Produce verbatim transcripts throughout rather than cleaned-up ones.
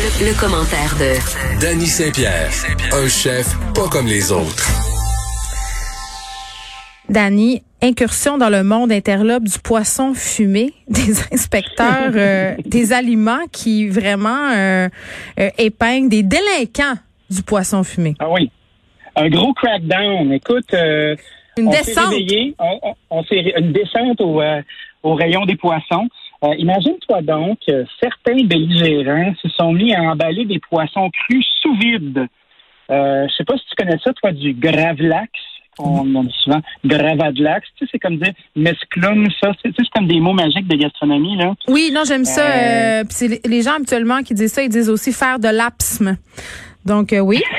Le, le commentaire de Danny Saint-Pierre, un chef pas comme les autres. Danny, incursion dans le monde interlope du poisson fumé, des inspecteurs euh, des aliments qui vraiment euh, euh, épinglent des délinquants du poisson fumé. Ah oui, un gros crackdown. Écoute, euh, une on descente. s'est réveillé, on, on, on s'est une descente au, euh, au rayon des poissons. Euh, imagine-toi donc que certains belligérants se sont mis à emballer des poissons crus sous vide. Euh, je sais pas si tu connais ça, toi, du gravlax. On, on dit souvent gravadlax. Tu sais, c'est comme dire mesclun, ça. C'est, c'est comme des mots magiques de gastronomie, là. Oui, non, j'aime ça. Euh... Euh, puis c'est les, les gens habituellement qui disent ça, ils disent aussi faire de l'apsme. Donc, euh, oui.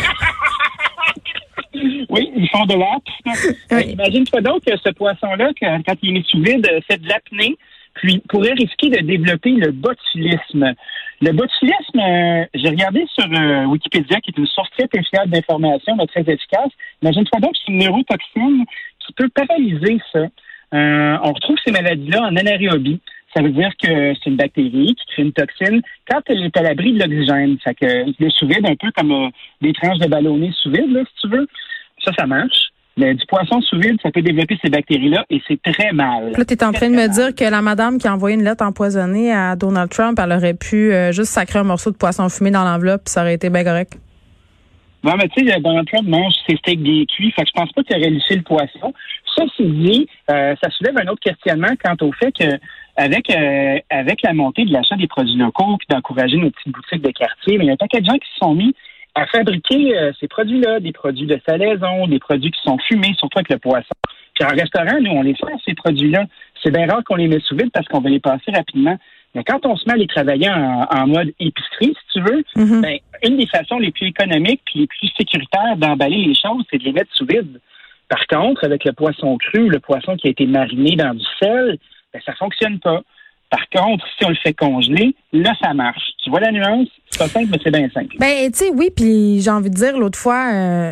Oui, ils font de l'apsme. Oui. Imagine-toi donc que ce poisson-là, quand, quand il est mis sous vide, fait de l'apnée, puis pourrait risquer de développer le botulisme. Le botulisme, euh, j'ai regardé sur euh, Wikipédia, qui est une source très fiable d'informations, mais très efficace. Imagine-toi donc que c'est une neurotoxine qui peut paralyser ça. Euh, on retrouve ces maladies-là en anaérobie. Ça veut dire que c'est une bactérie qui crée une toxine quand elle est à l'abri de l'oxygène. Ça fait que le sous-vide, un peu comme euh, des tranches de ballonné sous vide, là, si tu veux. Ça, ça marche. Mais du poisson sous vide, ça peut développer ces bactéries-là et c'est très mal. Là, tu es en train de me dire que la madame qui a envoyé une lettre empoisonnée à Donald Trump, elle aurait pu euh, juste sacrer un morceau de poisson fumé dans l'enveloppe puis ça aurait été bien correct. Non, mais tu sais, Donald Trump mange ses steaks bien cuits, fait que je pense pas qu'il aurait lissé le poisson. Ceci dit, euh, ça soulève un autre questionnement quant au fait que avec euh, avec la montée de l'achat des produits locaux puis d'encourager nos petites boutiques de quartier, mais il y a un paquet de gens qui se sont mis à fabriquer euh, ces produits-là, des produits de salaison, des produits qui sont fumés, surtout avec le poisson. Puis en restaurant, nous, on les fait, ces produits-là. C'est bien rare qu'on les met sous vide parce qu'on va les passer rapidement. Mais quand on se met à les travailler en, en mode épicerie, si tu veux, mm-hmm. ben, une des façons les plus économiques et les plus sécuritaires d'emballer les choses, c'est de les mettre sous vide. Par contre, avec le poisson cru, le poisson qui a été mariné dans du sel, ben, ça fonctionne pas. Par contre, si on le fait congeler, là, ça marche. Tu vois la nuance? C'est pas simple, mais c'est bien simple. Ben, tu sais, oui, puis j'ai envie de dire, l'autre fois, euh,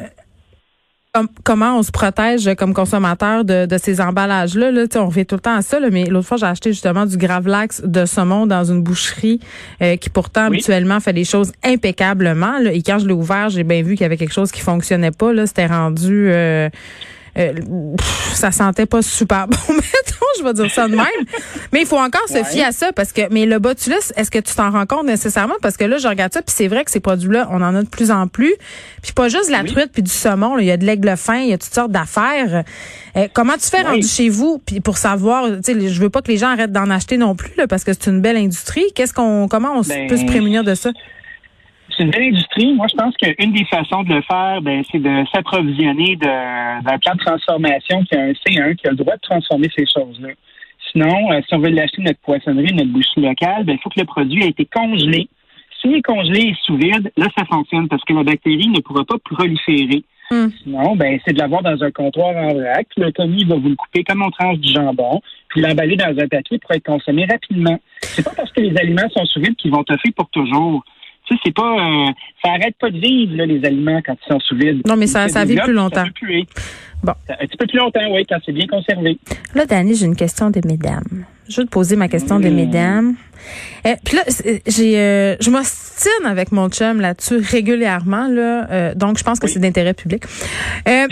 com- comment on se protège comme consommateur de, de ces emballages-là. Là, on revient tout le temps à ça, là, mais l'autre fois, j'ai acheté justement du gravlax de saumon dans une boucherie euh, qui pourtant, oui. habituellement, fait les choses impeccablement. Là, et quand je l'ai ouvert, j'ai bien vu qu'il y avait quelque chose qui fonctionnait pas. Là, c'était rendu... Euh, Euh, pff, ça sentait pas super bon, mettons, je vais dire ça de même. Mais il faut encore ouais. se fier à ça parce que, mais le botulisme, est-ce que tu t'en rends compte nécessairement? Parce que là, je regarde ça puis c'est vrai que ces produits-là, on en a de plus en plus. Puis pas juste de la oui. truite puis du saumon, il y a de l'aigle fin, il y a toutes sortes d'affaires. Euh, comment tu fais oui. rendu chez vous? Puis pour savoir, tu sais, je veux pas que les gens arrêtent d'en acheter non plus, là, parce que c'est une belle industrie. Qu'est-ce qu'on, comment on ben... peut se prémunir de ça? C'est une belle industrie. Moi, je pense qu'une des façons de le faire, ben, c'est de s'approvisionner de, d'un plan de transformation qui a un C un qui a le droit de transformer ces choses-là. Sinon, euh, si on veut l'acheter notre poissonnerie, notre boucherie locale, ben, il faut que le produit ait été congelé. S'il est congelé et sous vide, là, ça fonctionne parce que la bactérie ne pourra pas proliférer. Mm. Sinon, ben, c'est de l'avoir dans un comptoir en vrac. Puis le commis va vous le couper comme on tranche du jambon, puis l'emballer dans un papier pour être consommé rapidement. C'est pas parce que les aliments sont sous vide qu'ils vont toffer pour toujours. Tu sais, c'est pas, euh, ça arrête pas de vivre, là, les aliments, quand ils sont sous vide. Non, mais ça, ça vit plus longtemps. Ça peut puer. Bon. Un petit peu plus longtemps, oui, quand c'est bien conservé. Là, Danny, j'ai une question des mesdames. Je vais te poser ma question mmh. des mesdames. Euh, Puis là, j'ai, euh, je m'ostine avec mon chum là-dessus régulièrement, là. Euh, donc, je pense que oui. c'est d'intérêt public. Euh,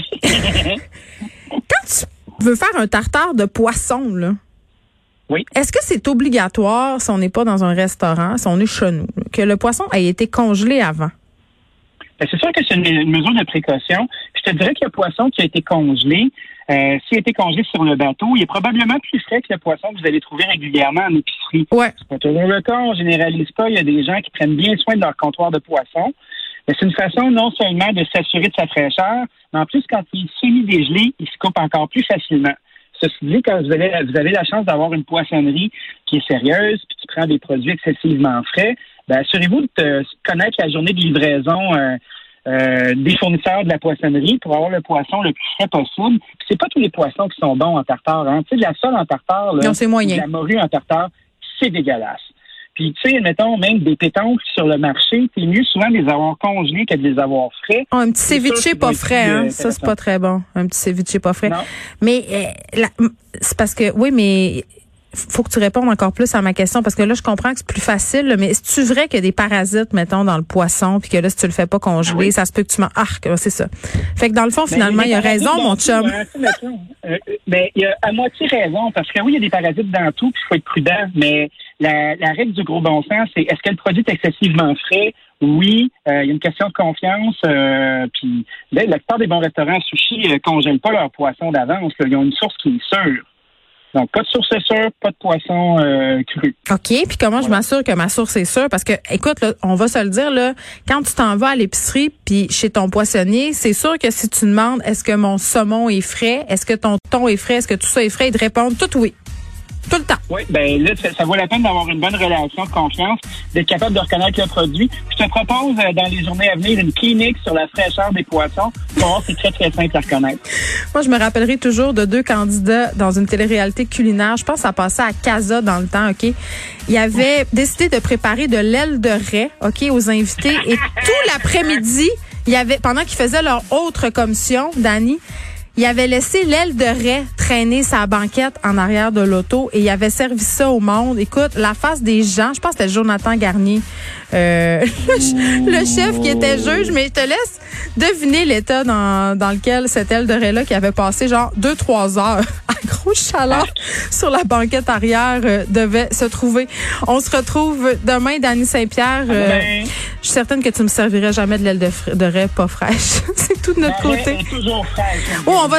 quand tu veux faire un tartare de poisson, là, oui. est-ce que c'est obligatoire, si on n'est pas dans un restaurant, si on est chez nous, que le poisson ait été congelé avant? Ben, c'est sûr que c'est une, une mesure de précaution. Je te dirais que le poisson qui a été congelé, euh, s'il a été congelé sur le bateau, il est probablement plus frais que le poisson que vous allez trouver régulièrement en épicerie. Ouais. C'est pas toujours le cas, on généralise pas. Il y a des gens qui prennent bien soin de leur comptoir de poisson. Mais c'est une façon non seulement de s'assurer de sa fraîcheur, mais en plus, quand il est semi-dégelé, il se coupe encore plus facilement. Ceci dit, quand vous avez, vous avez la chance d'avoir une poissonnerie qui est sérieuse puis qui prend des produits excessivement frais, ben, assurez-vous de te, connaître la journée de livraison euh, euh, des fournisseurs de la poissonnerie pour avoir le poisson le plus frais possible. Puis c'est pas tous les poissons qui sont bons en tartare. Hein. Tu sais, de la sole en tartare, là, non, c'est moyen. De la morue en tartare, c'est dégueulasse. Puis, tu sais, mettons, même des pétoncles sur le marché, c'est mieux souvent de les avoir congelés que de les avoir frais. Oh, un petit ceviche pas frais, hein. Ça, c'est pas très bon. Un petit ceviche pas frais. Non. Mais, euh, la, c'est parce que, oui, mais faut que tu répondes encore plus à ma question parce que là, je comprends que c'est plus facile, là, mais est-ce vrai qu'il y a des parasites, mettons, dans le poisson, puis que là, si tu le fais pas congeler, ah oui. ça se peut que tu m'en arques, c'est ça. Fait que dans le fond, finalement, il y a raison, mon chum. Euh, ben, il y a à moitié raison, parce que oui, il y a des parasites dans tout, puis il faut être prudent, mais la, la règle du gros bon sens, c'est est-ce que le produit est excessivement frais? Oui, euh, il y a une question de confiance. Euh, puis, ben, la plupart des bons restaurants sushi ne euh, congèlent pas leur poisson d'avance. Là. Ils ont une source qui est sûre. Donc, pas de source sûre, pas de poisson euh, cru. OK. Puis comment ouais. je m'assure que ma source est sûre? Parce que, écoute, là, on va se le dire, là, quand tu t'en vas à l'épicerie puis chez ton poissonnier, c'est sûr que si tu demandes est-ce que mon saumon est frais, est-ce que ton thon est frais, est-ce que tout ça est frais, ils te répondent tout oui. Tout le temps. Oui, ben là, ça, ça vaut la peine d'avoir une bonne relation de confiance, d'être capable de reconnaître le produit. Je te propose, euh, dans les journées à venir, une clinique sur la fraîcheur des poissons. Pour voir, c'est très, très simple à reconnaître. Moi, je me rappellerai toujours de deux candidats dans une télé-réalité culinaire. Je pense que ça passait à Casa dans le temps, OK? Ils avaient décidé de préparer de l'aile de raie, OK, aux invités. Et tout l'après-midi, il y avait, pendant qu'ils faisaient leur autre commission, Dani, il avait laissé l'aile de raie traîner sa banquette en arrière de l'auto et il avait servi ça au monde. Écoute, la face des gens, je pense que c'était Jonathan Garnier, euh, le, le chef qui était juge, mais je te laisse deviner l'état dans, dans lequel cette aile de raie-là qui avait passé genre deux, trois heures à grosse chaleur sur la banquette arrière euh, devait se trouver. On se retrouve demain, Dany Saint-Pierre. Euh, je suis certaine que tu me servirais jamais de l'aile de, de raie pas fraîche. C'est tout de notre la côté. Est toujours fraîche. Oh, on va